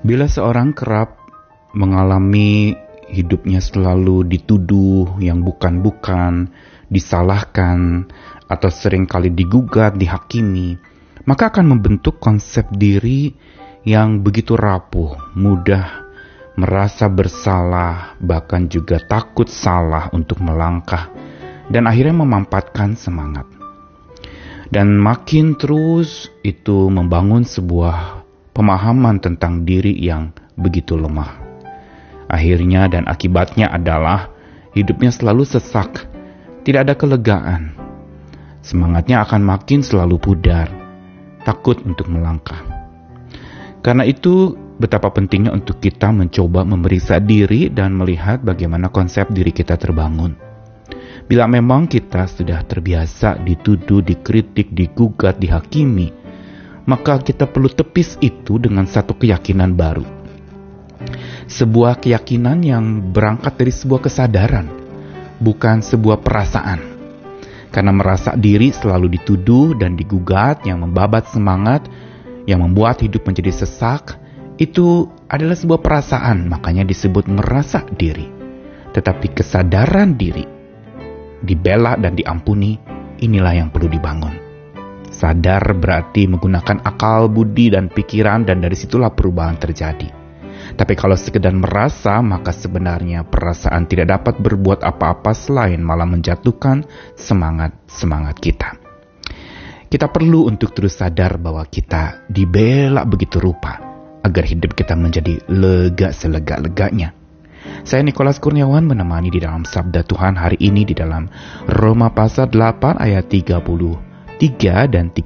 Bila seorang kerap mengalami hidupnya selalu dituduh yang bukan-bukan, disalahkan, atau seringkali digugat, dihakimi, maka akan membentuk konsep diri yang begitu rapuh, mudah merasa bersalah, bahkan juga takut salah untuk melangkah, dan akhirnya memampatkan semangat. Dan makin terus itu membangun sebuah pemahaman tentang diri yang begitu lemah. Akhirnya dan akibatnya adalah hidupnya selalu sesak, tidak ada kelegaan. Semangatnya akan makin selalu pudar, takut untuk melangkah. Karena itu, betapa pentingnya untuk kita mencoba memeriksa diri dan melihat bagaimana konsep diri kita terbangun. Bila memang kita sudah terbiasa dituduh, dikritik, digugat, dihakimi, maka kita perlu tepis itu dengan satu keyakinan baru. Sebuah keyakinan yang berangkat dari sebuah kesadaran, bukan sebuah perasaan. Karena merasa diri selalu dituduh dan digugat yang membabat semangat, yang membuat hidup menjadi sesak, itu adalah sebuah perasaan, makanya disebut merasa diri. Tetapi kesadaran diri, dibela dan diampuni, inilah yang perlu dibangun. Sadar berarti menggunakan akal, budi, dan pikiran, dan dari situlah perubahan terjadi. Tapi kalau sekedar merasa, maka sebenarnya perasaan tidak dapat berbuat apa-apa selain malah menjatuhkan semangat kita. Kita perlu untuk terus sadar bahwa kita dibela begitu rupa, agar hidup kita menjadi lega selega-leganya. Saya Nikolas Kurniawan menemani di dalam Sabda Tuhan hari ini di dalam Roma pasal 8 ayat 33 dan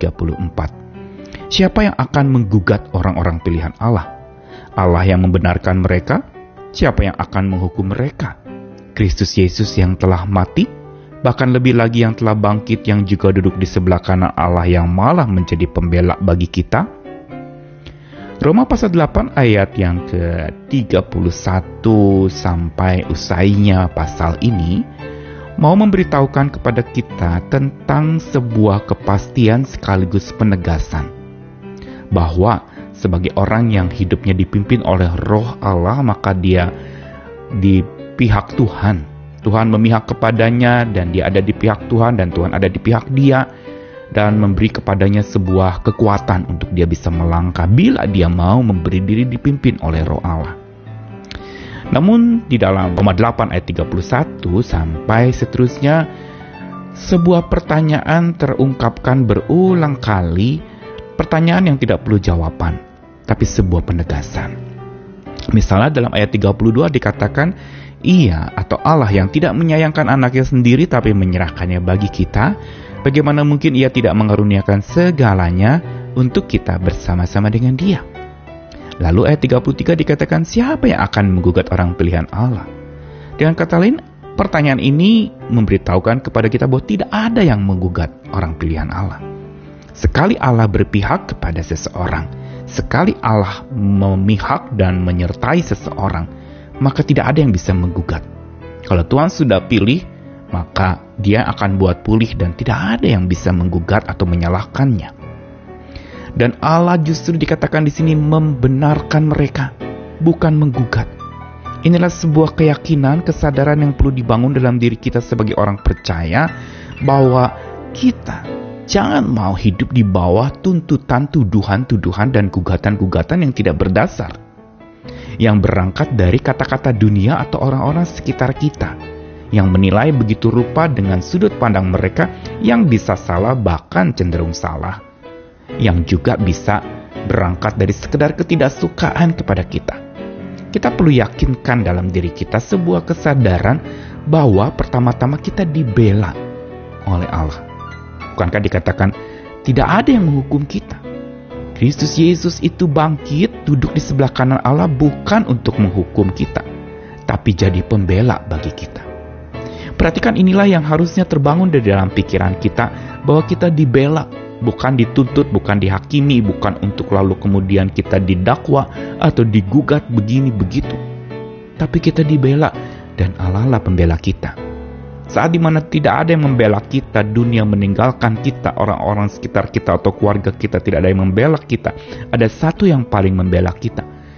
34. Siapa yang akan menggugat orang-orang pilihan Allah? Allah yang membenarkan mereka? Siapa yang akan menghukum mereka? Kristus Yesus yang telah mati? Bahkan lebih lagi yang telah bangkit, yang juga duduk di sebelah kanan Allah, yang malah menjadi pembela bagi kita? Roma pasal 8 ayat yang ke-31 sampai usainya pasal ini mau memberitahukan kepada kita tentang sebuah kepastian sekaligus penegasan bahwa sebagai orang yang hidupnya dipimpin oleh Roh Allah, maka dia di pihak Tuhan. Tuhan memihak kepadanya dan dia ada di pihak Tuhan dan Tuhan ada di pihak dia dan memberi kepadanya sebuah kekuatan untuk dia bisa melangkah bila dia mau memberi diri dipimpin oleh Roh Allah. Namun di dalam Roma 8 ayat 31 sampai seterusnya, sebuah pertanyaan terungkapkan berulang kali, pertanyaan yang tidak perlu jawaban, tapi sebuah penegasan. Misalnya dalam ayat 32 dikatakan, Ia atau Allah yang tidak menyayangkan anaknya sendiri tapi menyerahkannya bagi kita, bagaimana mungkin Ia tidak mengaruniakan segalanya untuk kita bersama-sama dengan Dia? Lalu ayat 33 dikatakan, siapa yang akan menggugat orang pilihan Allah? Dengan kata lain, pertanyaan ini memberitahukan kepada kita bahwa tidak ada yang menggugat orang pilihan Allah. Sekali Allah berpihak kepada seseorang, sekali Allah memihak dan menyertai seseorang, maka tidak ada yang bisa menggugat. Kalau Tuhan sudah pilih, maka Dia akan buat pulih dan tidak ada yang bisa menggugat atau menyalahkannya. Dan Allah justru dikatakan di sini membenarkan mereka, bukan menggugat. Inilah sebuah keyakinan, kesadaran yang perlu dibangun dalam diri kita sebagai orang percaya bahwa kita jangan mau hidup di bawah tuntutan, tuduhan-tuduhan, dan gugatan-gugatan yang tidak berdasar, yang berangkat dari kata-kata dunia atau orang-orang sekitar kita, yang menilai begitu rupa dengan sudut pandang mereka yang bisa salah, bahkan cenderung salah, yang juga bisa berangkat dari sekedar ketidaksukaan kepada kita. Kita perlu yakinkan dalam diri kita sebuah kesadaran bahwa pertama-tama kita dibela oleh Allah. Bukankah dikatakan tidak ada yang menghukum kita? Kristus Yesus itu bangkit, duduk di sebelah kanan Allah bukan untuk menghukum kita, tapi jadi pembela bagi kita. Perhatikan, inilah yang harusnya terbangun dari dalam pikiran kita, bahwa kita dibela, bukan dituntut, bukan dihakimi, bukan untuk lalu kemudian kita didakwa atau digugat begini begitu. Tapi kita dibela dan Allah lah pembela kita. Saat dimana tidak ada yang membela kita, dunia meninggalkan kita, orang-orang sekitar kita atau keluarga kita tidak ada yang membela kita, ada satu yang paling membela kita,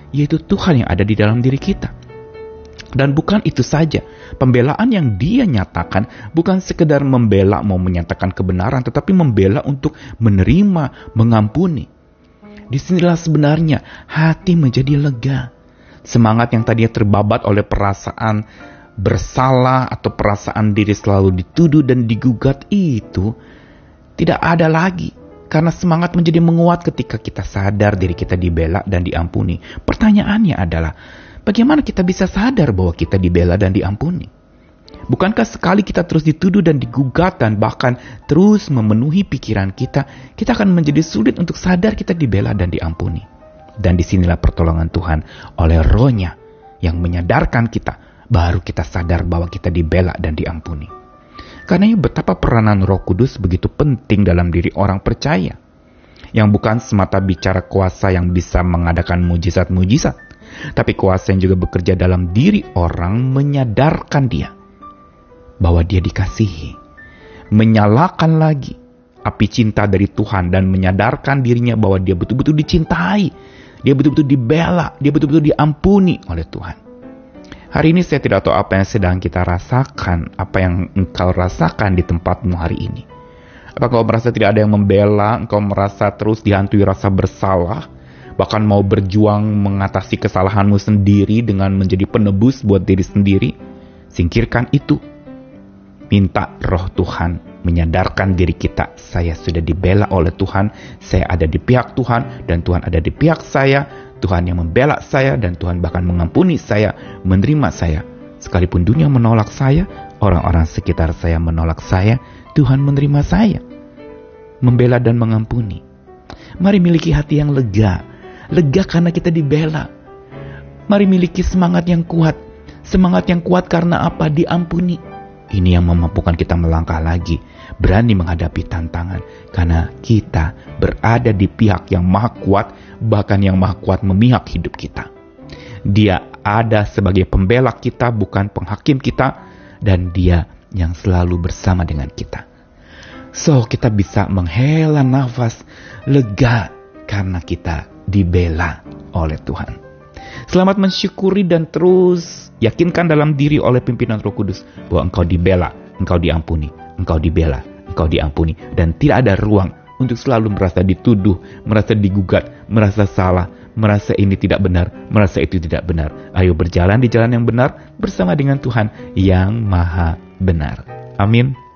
yaitu Tuhan yang ada di dalam diri kita. Dan bukan itu saja, pembelaan yang dia nyatakan bukan sekedar membela mau menyatakan kebenaran, tetapi membela untuk menerima, mengampuni. Disinilah sebenarnya hati menjadi lega. Semangat yang tadinya terbabat oleh perasaan bersalah atau perasaan diri selalu dituduh dan digugat itu tidak ada lagi. Karena semangat menjadi menguat ketika kita sadar diri kita dibela dan diampuni. Pertanyaannya adalah, bagaimana kita bisa sadar bahwa kita dibela dan diampuni? Bukankah sekali kita terus dituduh dan digugat dan bahkan terus memenuhi pikiran kita akan menjadi sulit untuk sadar kita dibela dan diampuni. Dan disinilah pertolongan Tuhan oleh Roh-Nya yang menyadarkan kita, baru kita sadar bahwa kita dibela dan diampuni. Karenanya betapa peranan Roh Kudus begitu penting dalam diri orang percaya. Yang bukan semata bicara kuasa yang bisa mengadakan mujizat-mujizat, tapi kuasa yang juga bekerja dalam diri orang menyadarkan dia bahwa dia dikasihi, menyalakan lagi api cinta dari Tuhan dan menyadarkan dirinya bahwa dia betul-betul dicintai, dia betul-betul dibela, dia betul-betul diampuni oleh Tuhan. Hari ini saya tidak tahu apa yang sedang kita rasakan, apa yang engkau rasakan di tempatmu hari ini. Apakah engkau merasa tidak ada yang membela, engkau merasa terus dihantui rasa bersalah, bahkan mau berjuang mengatasi kesalahanmu sendiri dengan menjadi penebus buat diri sendiri? Singkirkan itu. Minta Roh Tuhan menyadarkan diri kita, saya sudah dibela oleh Tuhan, saya ada di pihak Tuhan, dan Tuhan ada di pihak saya. Tuhan yang membela saya, dan Tuhan bahkan mengampuni saya, menerima saya. Sekalipun dunia menolak saya, orang-orang sekitar saya menolak saya, Tuhan menerima saya, membela dan mengampuni. Mari miliki hati yang lega. Lega karena kita dibela. Mari miliki semangat yang kuat. Semangat yang kuat karena apa? Diampuni. Ini yang memampukan kita melangkah lagi, berani menghadapi tantangan, karena kita berada di pihak yang maha kuat, bahkan yang maha kuat memihak hidup kita. Dia ada sebagai pembela kita, bukan penghakim kita, dan dia yang selalu bersama dengan kita. So, kita bisa menghela nafas lega karena kita dibela oleh Tuhan. Selamat mensyukuri dan terus yakinkan dalam diri oleh pimpinan Roh Kudus bahwa engkau dibela, engkau diampuni, engkau dibela, engkau diampuni, dan tidak ada ruang untuk selalu merasa dituduh, merasa digugat, merasa salah, merasa ini tidak benar, merasa itu tidak benar. Ayo berjalan di jalan yang benar bersama dengan Tuhan yang Maha Benar. Amin.